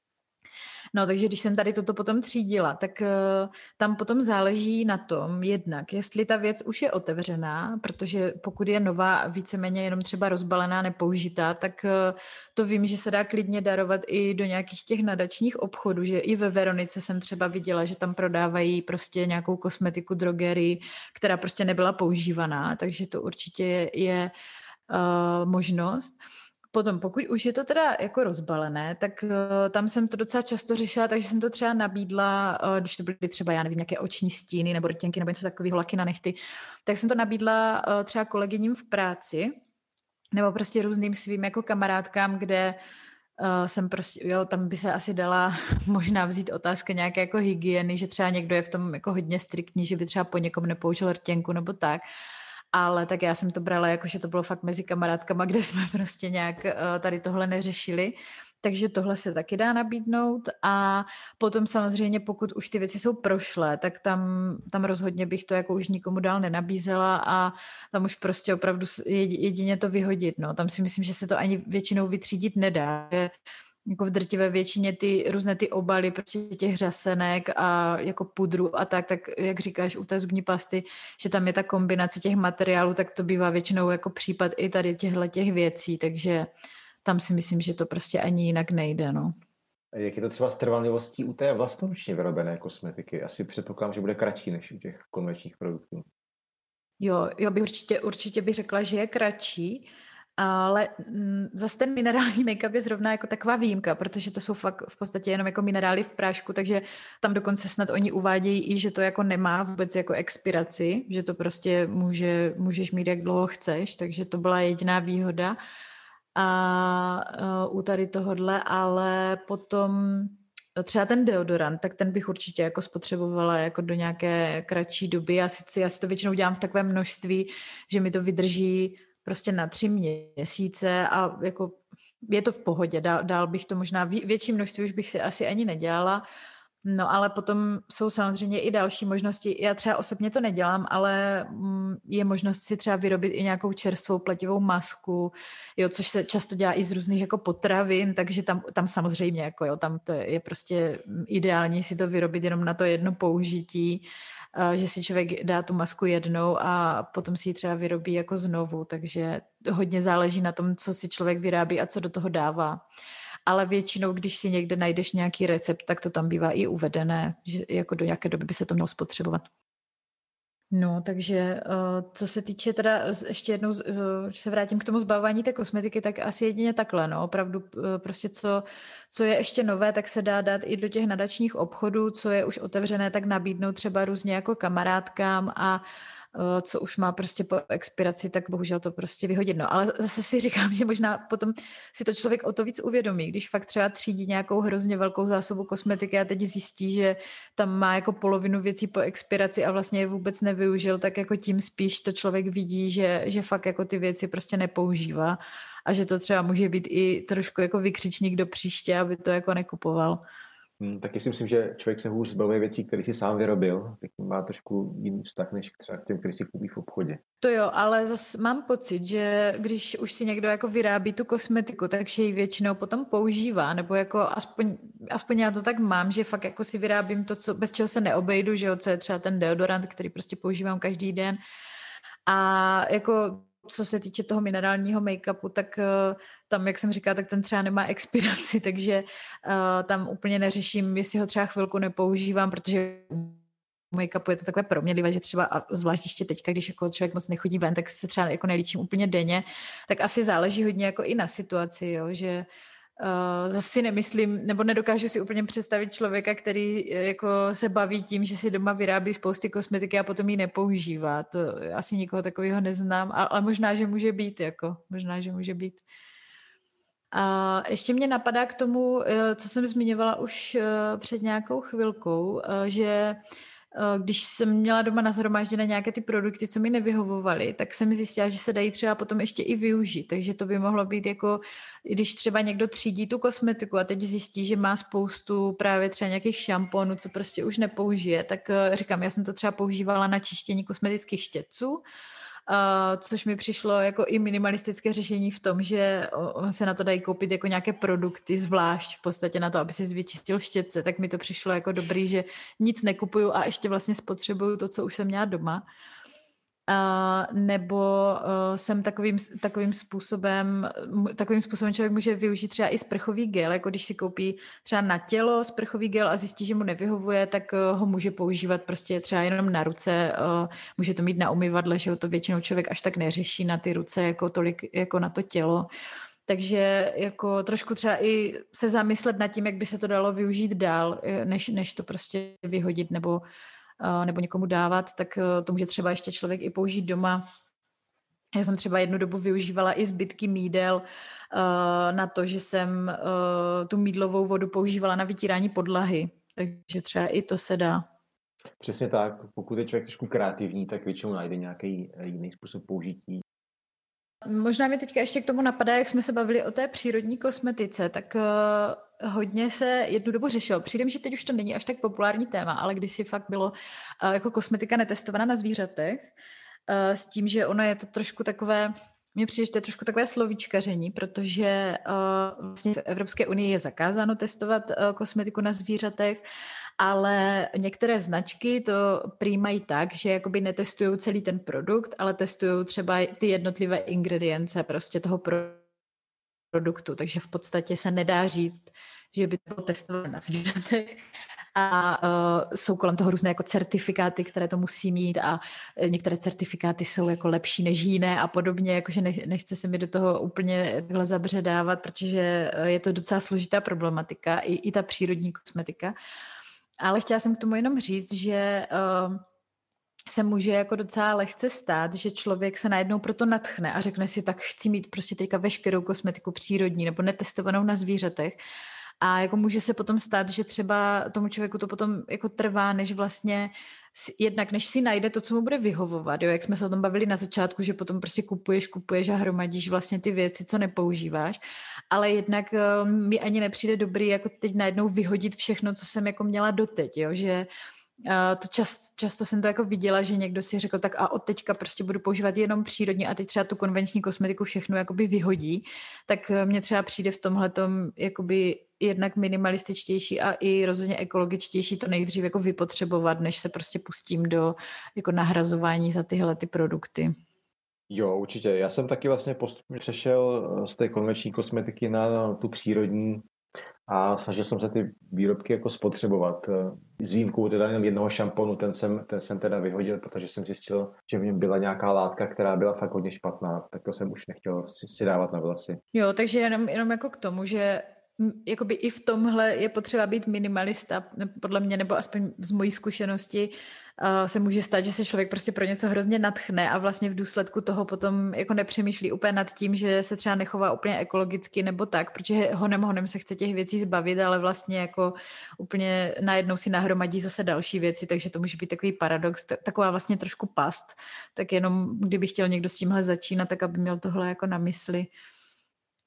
No, takže když jsem tady toto potom třídila, tak uh, tam potom záleží na tom jednak, jestli ta věc už je otevřená, protože pokud je nová, víceméně jenom třeba rozbalená, nepoužitá, tak uh, to vím, že se dá klidně darovat i do nějakých těch nadačních obchodů, že i ve Veronice jsem třeba viděla, že tam prodávají prostě nějakou kosmetiku, drogerii, která prostě nebyla používaná, takže to určitě je, je uh, možnost. Potom, pokud už je to teda jako rozbalené, tak uh, tam jsem to docela často řešila, takže jsem to třeba nabídla, uh, když to byly třeba, já nevím, nějaké oční stíny nebo rtěnky nebo něco takového, laky na nehty, tak jsem to nabídla uh, třeba kolegyním v práci nebo prostě různým svým jako kamarádkám, kde uh, jsem prostě, jo, tam by se asi dala možná vzít otázka nějaké jako hygieny, že třeba někdo je v tom jako hodně striktní, že by třeba po někom nepoužil rtěnku nebo tak. Ale tak já jsem to brala jako, že to bylo fakt mezi kamarádkama, kde jsme prostě nějak tady tohle neřešili. Takže tohle se taky dá nabídnout a potom samozřejmě, pokud už ty věci jsou prošlé, tak tam, tam rozhodně bych to jako už nikomu dál nenabízela a tam už prostě opravdu jedině to vyhodit. No. Tam si myslím, že se to ani většinou vytřídit nedá. Jako v drtivé většině ty různé ty obaly prostě těch řasenek a jako pudru a tak, tak jak říkáš u té zubní pasty, že tam je ta kombinace těch materiálů, tak to bývá většinou jako případ i tady těchto těch věcí, takže tam si myslím, že to prostě ani jinak nejde, no. Jak je to třeba s trvanlivostí u té vlastnoručně vyrobené kosmetiky? Asi předpokládám, že bude kratší než u těch konvenčních produktů. Jo, jo bych určitě, určitě bych řekla, že je kratší, ale zase ten minerální make-up je zrovna jako taková výjimka, protože to jsou fakt v podstatě jenom jako minerály v prášku, takže tam dokonce snad oni uvádějí i, že to jako nemá vůbec jako expiraci, že to prostě může, můžeš mít jak dlouho chceš, takže to byla jediná výhoda a uh, u tady tohodle, ale potom třeba ten deodorant, tak ten bych určitě jako spotřebovala jako do nějaké kratší doby. Já si, já si to většinou dělám v takovém množství, že mi to vydrží prostě na tři měsíce a jako je to v pohodě. Dál, dál bych to možná, větší množství už bych si asi ani nedělala. No ale potom jsou samozřejmě i další možnosti. Já třeba osobně to nedělám, ale je možnost si třeba vyrobit i nějakou čerstvou pletivou masku, jo, což se často dělá i z různých jako potravin, takže tam, tam samozřejmě jako jo, tam to je prostě ideální si to vyrobit jenom na to jedno použití, že si člověk dá tu masku jednou a potom si ji třeba vyrobí jako znovu, takže hodně záleží na tom, co si člověk vyrábí a co do toho dává. Ale většinou, když si někde najdeš nějaký recept, tak to tam bývá i uvedené, že jako do jaké doby by se to mělo spotřebovat. No, takže co se týče teda, ještě jednou, že se vrátím k tomu zbavování té kosmetiky, tak asi jedině takhle, no, opravdu prostě co, co je ještě nové, tak se dá dát i do těch nadačních obchodů, co je už otevřené, tak nabídnout třeba různě jako kamarádkám a co už má prostě po expiraci, tak bohužel to prostě vyhodit. No, ale zase si říkám, že možná potom si to člověk o to víc uvědomí, když fakt třeba třídí nějakou hrozně velkou zásobu kosmetiky a teď zjistí, že tam má jako polovinu věcí po expiraci a vlastně je vůbec nevyužil, tak jako tím spíš to člověk vidí, že, že fakt jako ty věci prostě nepoužívá a že to třeba může být i trošku jako vykřičník do příště, aby to jako nekupoval. Hmm, taky si myslím, že člověk se hůř zbavuje věcí, které si sám vyrobil, tak má trošku jiný vztah, než třeba k těm, který si koupí v obchodě. To jo, ale zase mám pocit, že když už si někdo jako vyrábí tu kosmetiku, takže ji většinou potom používá, nebo jako aspoň, aspoň já to tak mám, že fakt jako si vyrábím to, co, bez čeho se neobejdu, že jo, co je třeba ten deodorant, který prostě používám každý den. A jako co se týče toho minerálního make-upu, tak uh, tam, jak jsem říkala, tak ten třeba nemá expiraci, takže uh, tam úplně neřeším, jestli ho třeba chvilku nepoužívám, protože make-upu je to takové proměnlivé, že třeba, a zvlášť ještě teďka, když jako člověk moc nechodí ven, tak se třeba jako nelíčím úplně denně, tak asi záleží hodně jako i na situaci, jo, že Uh, zase si nemyslím, nebo nedokážu si úplně představit člověka, který jako se baví tím, že si doma vyrábí spousty kosmetiky a potom ji nepoužívá. To asi nikoho takového neznám, ale možná, že může být, jako, možná, že může být. A ještě mě napadá k tomu, co jsem zmiňovala už před nějakou chvilkou, že když jsem měla doma nashromážděné nějaké ty produkty, co mi nevyhovovaly, tak jsem zjistila, že se dají třeba potom ještě i využít. Takže to by mohlo být jako, když třeba někdo třídí tu kosmetiku a teď zjistí, že má spoustu právě třeba nějakých šamponů, co prostě už nepoužije, tak říkám, já jsem to třeba používala na čištění kosmetických štětců, Uh, což mi přišlo jako i minimalistické řešení v tom, že uh, se na to dají koupit jako nějaké produkty zvlášť v podstatě na to, aby si vyčistil štětce, tak mi to přišlo jako dobrý, že nic nekupuju a ještě vlastně spotřebuju to, co už jsem měla doma. Uh, nebo uh, jsem takovým, takovým způsobem takovým způsobem člověk může využít třeba i sprchový gel, jako když si koupí třeba na tělo sprchový gel a zjistí, že mu nevyhovuje, tak uh, ho může používat prostě třeba jenom na ruce, uh, může to mít na umyvadle, že ho to většinou člověk až tak neřeší na ty ruce jako tolik jako na to tělo. Takže jako trošku třeba i se zamyslet nad tím, jak by se to dalo využít dál, než, než to prostě vyhodit nebo nebo někomu dávat, tak to může třeba ještě člověk i použít doma. Já jsem třeba jednu dobu využívala i zbytky mídel na to, že jsem tu mídlovou vodu používala na vytírání podlahy. Takže třeba i to se dá. Přesně tak. Pokud je člověk trošku kreativní, tak většinou najde nějaký jiný způsob použití. Možná mi teďka ještě k tomu napadá, jak jsme se bavili o té přírodní kosmetice, tak uh, hodně se jednu dobu řešilo. Přijde mi, že teď už to není až tak populární téma, ale kdysi fakt bylo uh, jako kosmetika netestovaná na zvířatech, uh, s tím, že ono je to trošku takové, mně přijde, že to je trošku takové slovíčkaření, protože uh, vlastně v Evropské unii je zakázáno testovat uh, kosmetiku na zvířatech, ale některé značky to přijímají tak, že jakoby netestují celý ten produkt, ale testují třeba ty jednotlivé ingredience prostě toho produktu, takže v podstatě se nedá říct, že by to bylo testováno na zvířatech. A uh, jsou kolem toho různé jako certifikáty, které to musí mít a některé certifikáty jsou jako lepší než jiné a podobně, jakože ne, nechce se mi do toho úplně takhle zabředávat, protože je to docela složitá problematika, i, i ta přírodní kosmetika. Ale chtěla jsem k tomu jenom říct, že uh, se může jako docela lehce stát, že člověk se najednou proto nadchne a řekne si, tak chci mít prostě teďka veškerou kosmetiku přírodní nebo netestovanou na zvířatech. A jako může se potom stát, že třeba tomu člověku to potom jako trvá, než vlastně jednak než si najde to, co mu bude vyhovovat, jo? Jak jsme se o tom bavili na začátku, že potom prostě kupuješ, kupuješ a hromadíš vlastně ty věci, co nepoužíváš, ale jednak uh, mi ani nepřijde dobrý jako teď najednou vyhodit všechno, co jsem jako měla doteď, jo? Že Uh, to čas, často jsem to jako viděla, že někdo si řekl, tak a od teďka prostě budu používat jenom přírodně a teď třeba tu konvenční kosmetiku všechno jakoby vyhodí, tak mně třeba přijde v tomhletom jakoby jednak minimalističtější a i rozhodně ekologičtější to nejdřív jako vypotřebovat, než se prostě pustím do jako nahrazování za tyhle ty produkty. Jo, určitě. Já jsem taky vlastně postupně přešel z té konvenční kosmetiky na tu přírodní a snažil jsem se ty výrobky jako spotřebovat. S výjimkou teda jenom jednoho šamponu, ten jsem, ten jsem teda vyhodil, protože jsem zjistil, že v něm byla nějaká látka, která byla fakt hodně špatná, tak to jsem už nechtěl si dávat na vlasy. Jo, takže jenom, jenom jako k tomu, že jakoby i v tomhle je potřeba být minimalista, podle mě, nebo aspoň z mojí zkušenosti uh, se může stát, že se člověk prostě pro něco hrozně nadchne a vlastně v důsledku toho potom jako nepřemýšlí úplně nad tím, že se třeba nechová úplně ekologicky nebo tak, protože honem honem se chce těch věcí zbavit, ale vlastně jako úplně najednou si nahromadí zase další věci, takže to může být takový paradox, taková vlastně trošku past, tak jenom kdyby chtěl někdo s tímhle začínat, tak aby měl tohle jako na mysli.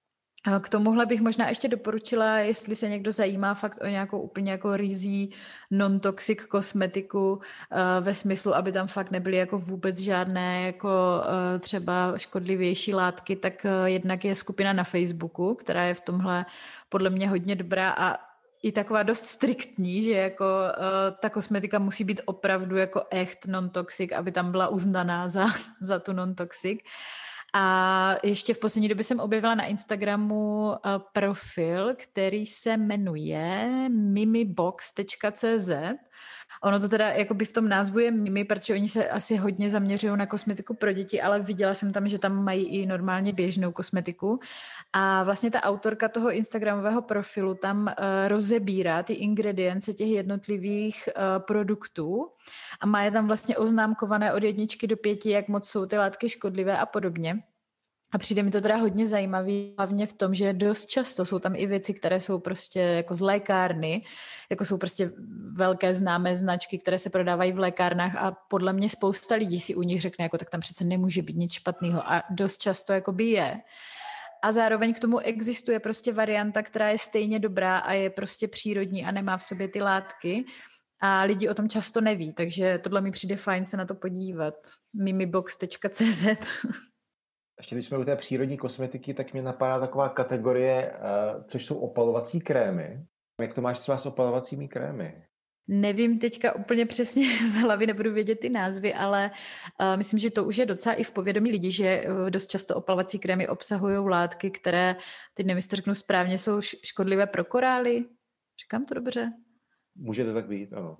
K tomuhle bych možná ještě doporučila, jestli se někdo zajímá fakt o nějakou úplně jako rizí non-toxic kosmetiku ve smyslu, aby tam fakt nebyly jako vůbec žádné jako třeba škodlivější látky, tak jednak je skupina na Facebooku, která je v tomhle podle mě hodně dobrá a i taková dost striktní, že jako ta kosmetika musí být opravdu jako echt non-toxic, aby tam byla uznaná za, za tu non-toxic. A ještě v poslední době jsem objevila na Instagramu profil, který se jmenuje mimibox tečka cé zet. Ono to teda jakoby v tom názvu je Mimi, protože oni se asi hodně zaměřují na kosmetiku pro děti, ale viděla jsem tam, že tam mají i normálně běžnou kosmetiku. A vlastně ta autorka toho instagramového profilu tam uh, rozebírá ty ingredience těch jednotlivých uh, produktů a má je tam vlastně oznámkované od jedničky do pěti, jak moc jsou ty látky škodlivé a podobně. A přijde mi to teda hodně zajímavý, hlavně v tom, že dost často jsou tam i věci, které jsou prostě jako z lékárny, jako jsou prostě velké známé značky, které se prodávají v lékárnách a podle mě spousta lidí si u nich řekne, jako tak tam přece nemůže být nic špatného a dost často jakoby je. A zároveň k tomu existuje prostě varianta, která je stejně dobrá a je prostě přírodní a nemá v sobě ty látky a lidi o tom často neví, takže tohle mi přijde fajn se na to podívat. mimibox tečka cé zet Ještě když jsme u té přírodní kosmetiky, tak mě napadá taková kategorie, což jsou opalovací krémy. Jak to máš třeba s opalovacími krémy? Nevím teďka úplně přesně z hlavy, nebudu vědět ty názvy, ale uh, myslím, že to už je docela i v povědomí lidí, že uh, dost často opalovací krémy obsahují látky, které, teď nevím, jestli to řeknu správně, jsou škodlivé pro korály. Říkám to dobře? Může to tak být, ano.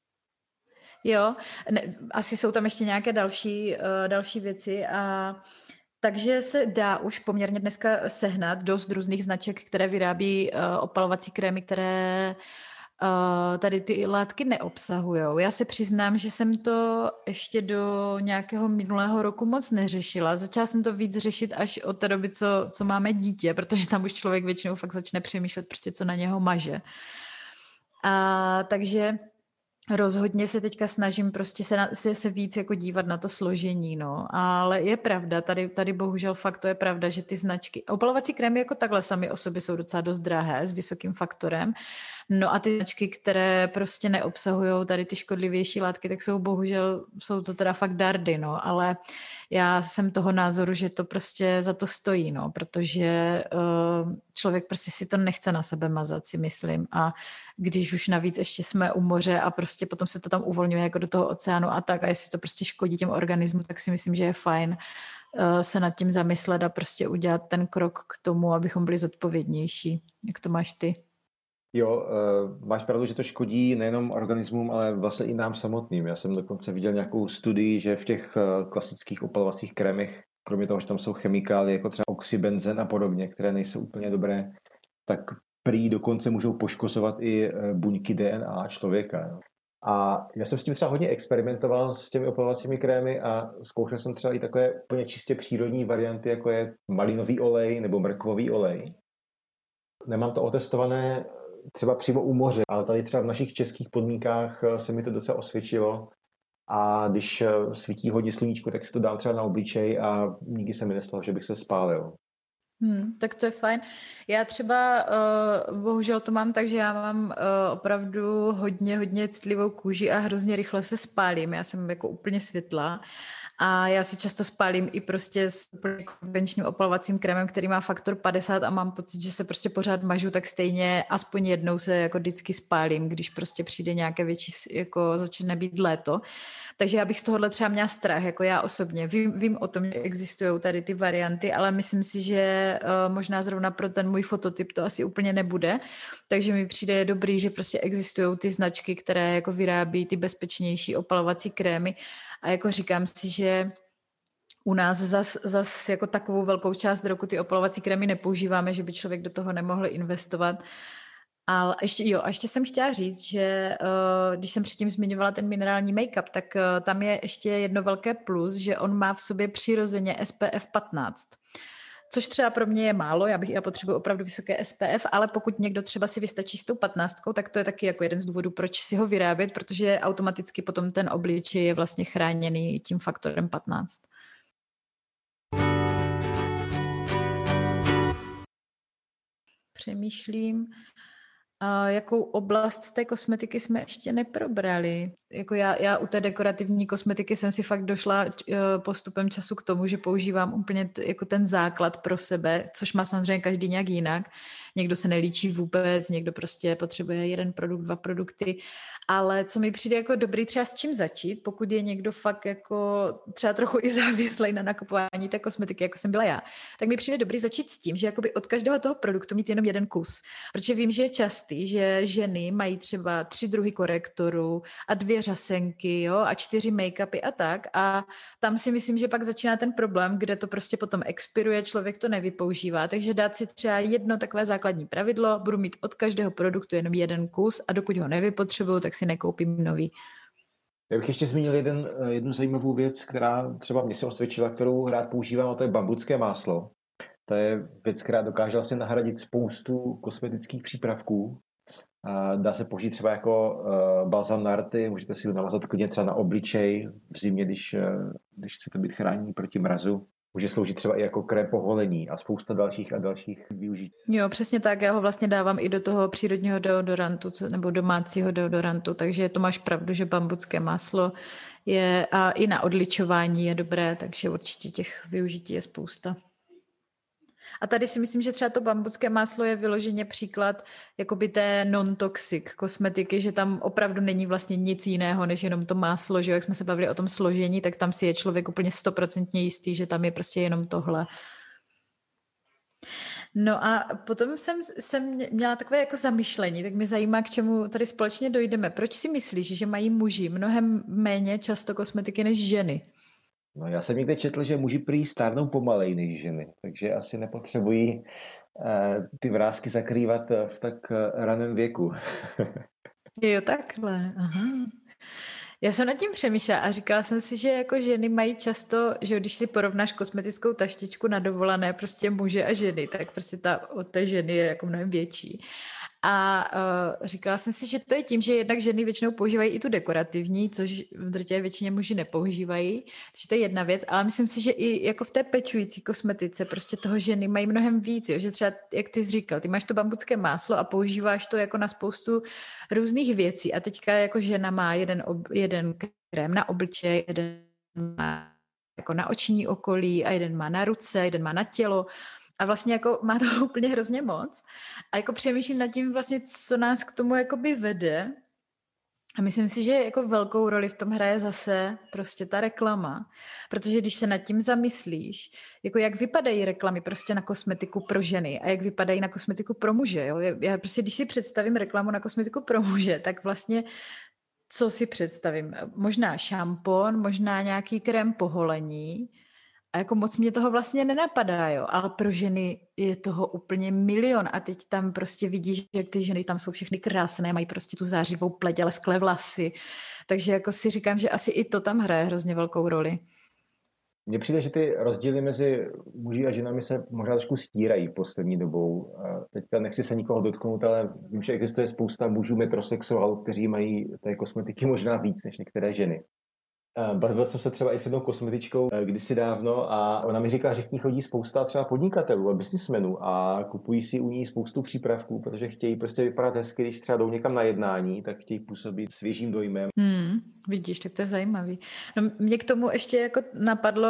Jo, ne, asi jsou tam ještě nějaké další, uh, další věci a takže se dá už poměrně dneska sehnat dost různých značek, které vyrábí uh, opalovací krémy, které uh, tady ty látky neobsahujou. Já se přiznám, že jsem to ještě do nějakého minulého roku moc neřešila. Začala jsem to víc řešit až od té doby, co, co máme dítě, protože tam už člověk většinou fakt začne přemýšlet prostě, co na něho maže. A takže rozhodně se teďka snažím prostě se, na, se, se víc jako dívat na to složení, no. Ale je pravda, tady, tady bohužel fakt to je pravda, že ty značky, opalovací krémy jako takhle sami o sobě jsou docela dost drahé, s vysokým faktorem. No a ty značky, které prostě neobsahují tady ty škodlivější látky, tak jsou bohužel, jsou to teda fakt dardy, no. Ale já jsem toho názoru, že to prostě za to stojí, no. Protože uh, člověk prostě si to nechce na sebe mazat, si myslím. A když už navíc ještě jsme u moře a prostě potom se to tam uvolňuje jako do toho oceánu a tak a jestli to prostě škodí těm organismům, tak si myslím, že je fajn uh, se nad tím zamyslet a prostě udělat ten krok k tomu, abychom byli zodpovědnější. Jak to máš ty? Jo, uh, máš pravdu, že to škodí nejenom organismům, ale vlastně i nám samotným. Já jsem dokonce viděl nějakou studii, že v těch uh, klasických opalovacích krémech, kromě toho, že tam jsou chemikálie, jako třeba oxybenzen a podobně, které nejsou úplně dobré, tak prý dokonce můžou poškozovat i buňky D N A člověka. Jo. A já jsem s tím třeba hodně experimentoval s těmi opalovacími krémy a zkoušel jsem třeba i takové úplně čistě přírodní varianty, jako je malinový olej nebo mrkvový olej. Nemám to otestované třeba přímo u moře, ale tady třeba v našich českých podmínkách se mi to docela osvědčilo. A když svítí hodně sluníčko, tak si to dám třeba na obličej a nikdy se mi nestalo, že bych se spálil. Hmm, tak to je fajn. Já třeba uh, bohužel to mám tak, že já mám uh, opravdu hodně, hodně citlivou kůži a hrozně rychle se spálím. Já jsem jako úplně světlá a já si často spálím i prostě s úplně konvenčním opalovacím krémem, který má faktor padesát a mám pocit, že se prostě pořád mažu, tak stejně aspoň jednou se jako vždycky spálím, když prostě přijde nějaké větší, jako začne být léto. Takže já bych z tohohle třeba měla strach, jako já osobně. Vím, vím o tom, že existují tady ty varianty, ale myslím si, že uh, možná zrovna pro ten můj fototyp to asi úplně nebude. Takže mi přijde dobrý, že prostě existují ty značky, které jako vyrábí ty bezpečnější opalovací krémy. A jako říkám si, že u nás zas, zas jako takovou velkou část roku ty opalovací krémy nepoužíváme, že by člověk do toho nemohl investovat. Ale ještě, jo, a ještě jsem chtěla říct, že uh, když jsem předtím zmiňovala ten minerální make-up, tak uh, tam je ještě jedno velké plus, že on má v sobě přirozeně S P F patnáct. Což třeba pro mě je málo, já, bych, já potřebuji opravdu vysoké S P F, ale pokud někdo třeba si vystačí s tou patnáctkou, tak to je taky jako jeden z důvodů, proč si ho vyrábět, protože automaticky potom ten obličej je vlastně chráněný tím faktorem patnáct. přemýšlím, a jakou oblast z té kosmetiky jsme ještě neprobrali. Jako já, já u té dekorativní kosmetiky jsem si fakt došla postupem času k tomu, že používám úplně t, jako ten základ pro sebe, což má samozřejmě každý nějak jinak. Někdo se nelíčí vůbec, někdo prostě potřebuje jeden produkt, dva produkty, ale co mi přijde jako dobrý třeba s čím začít, pokud je někdo fakt jako třeba trochu i závislý na nakupování té kosmetiky, jako jsem byla já, tak mi přijde dobrý začít s tím, že jakoby od každého toho produktu mít jenom jeden kus. Protože vím, že je častý, že ženy mají třeba tři druhy korektorů a dvě řasenky, jo, a čtyři make-upy a tak. A tam si myslím, že pak začíná ten problém, kde to prostě potom expiruje, člověk to nevypoužívá. Takže dát si třeba jedno takové základní pravidlo, budu mít od každého produktu jenom jeden kus a dokud ho nevypotřebuju, tak si nekoupím nový. Já bych ještě zmínil jeden, jednu zajímavou věc, která třeba mě se osvědčila, kterou rád používám, a to je bambucké máslo. To je věc, která dokáže vlastně nahradit spoustu kosmetických přípravků. A dá se použít třeba jako uh, balzam na rty, můžete si ho navázat klidně třeba na obličej v zimě, když, uh, když chcete být chráněni proti mrazu. Může sloužit třeba i jako krém po holení a spousta dalších a dalších využití. Jo, přesně tak. Já ho vlastně dávám i do toho přírodního deodorantu nebo domácího deodorantu, takže to máš pravdu, že bambucké máslo je a i na odličování je dobré, takže určitě těch využití je spousta. A tady si myslím, že třeba to bambucké máslo je vyloženě příklad jakoby té non-toxic kosmetiky, že tam opravdu není vlastně nic jiného, než jenom to máslo, že jo, jak jsme se bavili o tom složení, tak tam si je člověk úplně stoprocentně jistý, že tam je prostě jenom tohle. No a potom jsem, jsem měla takové jako zamyšlení, tak mě zajímá, k čemu tady společně dojdeme. Proč si myslíš, že mají muži mnohem méně často kosmetiky než ženy? No, já jsem někde četl, že muži prý stárnou pomalej než ženy, takže asi nepotřebují uh, ty vrásky zakrývat v tak uh, raném věku. Jo, takhle. Aha. Já jsem nad tím přemýšlela a říkala jsem si, že jako ženy mají často, že když si porovnáš kosmetickou taštičku na dovolené prostě muže a ženy, tak prostě ta od té ženy je jako mnohem větší. A uh, říkala jsem si, že to je tím, že jednak ženy většinou používají i tu dekorativní, což v drtivé většině muži nepoužívají, takže to je jedna věc, ale myslím si, že i jako v té pečující kosmetice prostě toho ženy mají mnohem víc, jo? Že třeba, jak ty jsi říkal, ty máš to bambucké máslo a používáš to jako na spoustu různých věcí a teďka jako žena má jeden, ob, jeden krém na obličej, jeden má jako na oční okolí a jeden má na ruce, jeden má na tělo. A vlastně jako má to úplně hrozně moc. A jako přemýšlím nad tím vlastně, co nás k tomu jakoby vede. A myslím si, že jako velkou roli v tom hraje zase prostě ta reklama. Protože když se nad tím zamyslíš, jako jak vypadají reklamy prostě na kosmetiku pro ženy a jak vypadají na kosmetiku pro muže. Jo? Já prostě, když si představím reklamu na kosmetiku pro muže, tak vlastně co si představím? Možná šampon, možná nějaký krém po holení. A jako moc mě toho vlastně nenapadá, jo, ale pro ženy je toho úplně milion a teď tam prostě vidíš, jak ty ženy tam jsou všechny krásné, mají prostě tu zářivou pleť a lesklé vlasy, takže jako si říkám, že asi i to tam hraje hrozně velkou roli. Mně přijde, že ty rozdíly mezi muži a ženami se možná trošku stírají poslední dobou. Teďka nechci se nikoho dotknout, ale vím, že existuje spousta mužů metrosexuálů, kteří mají té kosmetiky možná víc než některé ženy. Bavil jsem se třeba i s jednou kosmetičkou kdysi dávno a ona mi říkala, že k ní chodí spousta třeba podnikatelů a biznismenů a kupují si u ní spoustu přípravků, protože chtějí prostě vypadat hezky, když třeba jdou někam na jednání, tak chtějí působit svěžím dojmem. Hmm, vidíš, tak to je zajímavý. No, mě k tomu ještě jako napadlo,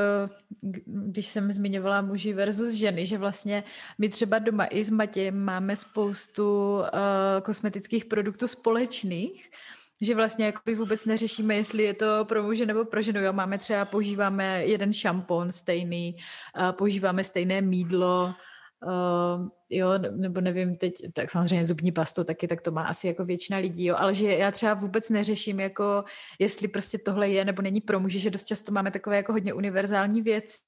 když jsem zmiňovala muži versus ženy, že vlastně my třeba doma i s Matějem máme spoustu kosmetických produktů společných, že vlastně jakoby vůbec neřešíme, jestli je to pro muže nebo pro ženu. Jo, máme třeba, používáme jeden šampon stejný, používáme stejné mýdlo, uh, jo, nebo nevím, teď, tak samozřejmě zubní pastu taky, tak to má asi jako většina lidí, jo, ale že já třeba vůbec neřeším, jako jestli prostě tohle je nebo není pro muže, že dost často máme takové jako hodně univerzální věci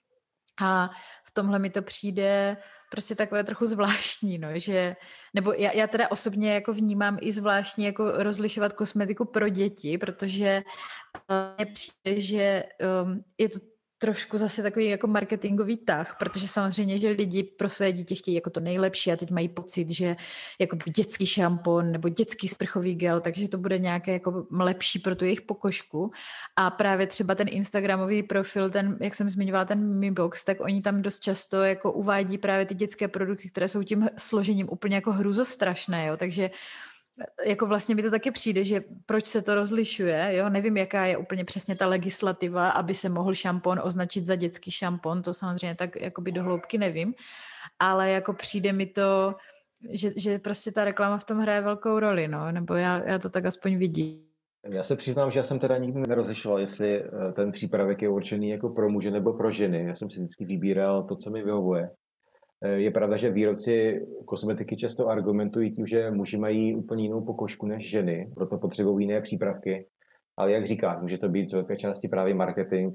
a v tomhle mi to přijde prostě takové trochu zvláštní, no, že, nebo já, já teda osobně jako vnímám i zvláštní jako rozlišovat kosmetiku pro děti, protože mně uh, přijde, že um, je to trošku zase takový jako marketingový tah, protože samozřejmě, že lidi pro své dítě chtějí jako to nejlepší a teď mají pocit, že jako dětský šampon nebo dětský sprchový gel, takže to bude nějaké jako lepší pro tu jejich pokožku. A právě třeba ten instagramový profil, ten, jak jsem zmiňovala, ten Mi Box, tak oni tam dost často jako uvádí právě ty dětské produkty, které jsou tím složením úplně jako hruzostrašné, jo, takže jako vlastně mi to taky přijde, že proč se to rozlišuje, jo, nevím, jaká je úplně přesně ta legislativa, aby se mohl šampon označit za dětský šampon, to samozřejmě tak jakoby do hloubky nevím, ale jako přijde mi to, že, že prostě ta reklama v tom hraje velkou roli, no, nebo já, já to tak aspoň vidím. Já se přiznám, že já jsem teda nikdy nerozlišoval, jestli ten přípravek je určený jako pro muže nebo pro ženy. Já jsem si vždycky vybíral to, co mi vyhovuje. Je pravda, že výrobci kosmetiky často argumentují tím, že muži mají úplně jinou pokožku než ženy, proto potřebují jiné přípravky. Ale jak říkáš, může to být z velké části právě marketing.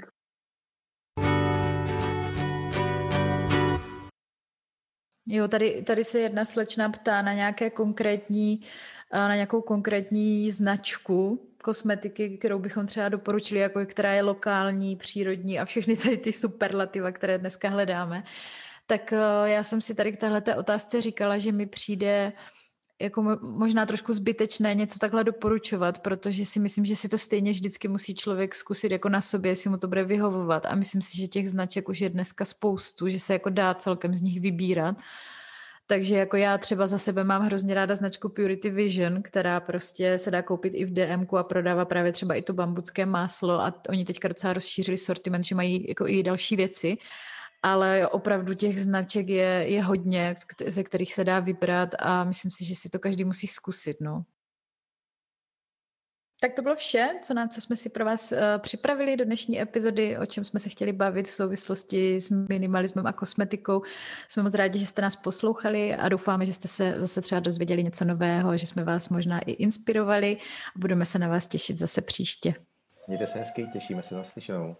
Jo, tady, tady se jedna slečna ptá na nějaké konkrétní, na nějakou konkrétní značku kosmetiky, kterou bychom třeba doporučili, jako která je lokální, přírodní a všechny tady ty superlativa, které dneska hledáme. Tak já jsem si tady k téhleté otázce říkala, že mi přijde jako možná trošku zbytečné něco takhle doporučovat, protože si myslím, že si to stejně vždycky musí člověk zkusit jako na sobě, jestli mu to bude vyhovovat. A myslím si, že těch značek už je dneska spoustu, že se jako dá celkem z nich vybírat. Takže jako já třeba za sebe mám hrozně ráda značku Purity Vision, která prostě se dá koupit i v D M ku a prodává právě třeba i to bambucké máslo a oni teďka docela rozšířili sortiment, že mají jako i další věci. Ale opravdu těch značek je, je hodně, ze kterých se dá vybrat a myslím si, že si to každý musí zkusit, no. Tak to bylo vše, co, nám, co jsme si pro vás uh, připravili do dnešní epizody, o čem jsme se chtěli bavit v souvislosti s minimalismem a kosmetikou. Jsme moc rádi, že jste nás poslouchali a doufáme, že jste se zase třeba dozvěděli něco nového, že jsme vás možná i inspirovali a budeme se na vás těšit zase příště. Mějte se hezky, těšíme se na slyšenou.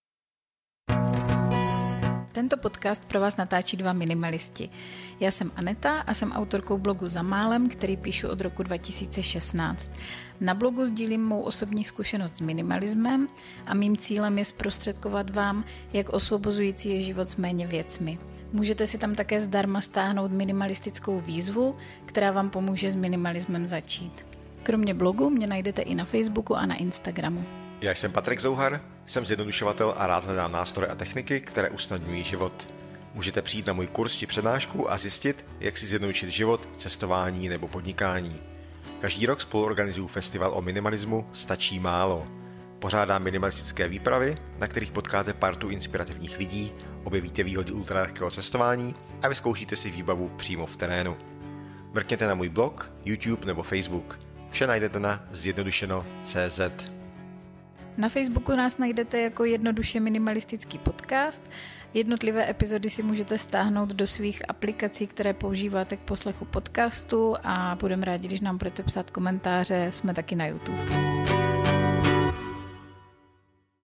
Tento podcast pro vás natáčí dva minimalisti. Já jsem Aneta a jsem autorkou blogu Za málem, který píšu od roku dva tisíce šestnáct. Na blogu sdílím mou osobní zkušenost s minimalismem a mým cílem je zprostředkovat vám, jak osvobozující je život s méně věcmi. Můžete si tam také zdarma stáhnout minimalistickou výzvu, která vám pomůže s minimalismem začít. Kromě blogu mě najdete i na Facebooku a na Instagramu. Já jsem Patrik Zouhar, jsem zjednodušovatel a rád hledám nástroje a techniky, které usnadňují život. Můžete přijít na můj kurz či přednášku a zjistit, jak si zjednodušit život, cestování nebo podnikání. Každý rok spoluorganizuju festival o minimalismu Stačí málo. Pořádám minimalistické výpravy, na kterých potkáte partu inspirativních lidí, objevíte výhody ultralehkého cestování a vyzkoušíte si výbavu přímo v terénu. Mrkněte na můj blog, YouTube nebo Facebook. Vše najdete na zjednodušeno tečka cé zet. Na Facebooku nás najdete jako jednoduše minimalistický podcast. Jednotlivé epizody si můžete stáhnout do svých aplikací, které používáte k poslechu podcastu a budeme rádi, když nám budete psát komentáře. Jsme taky na YouTube.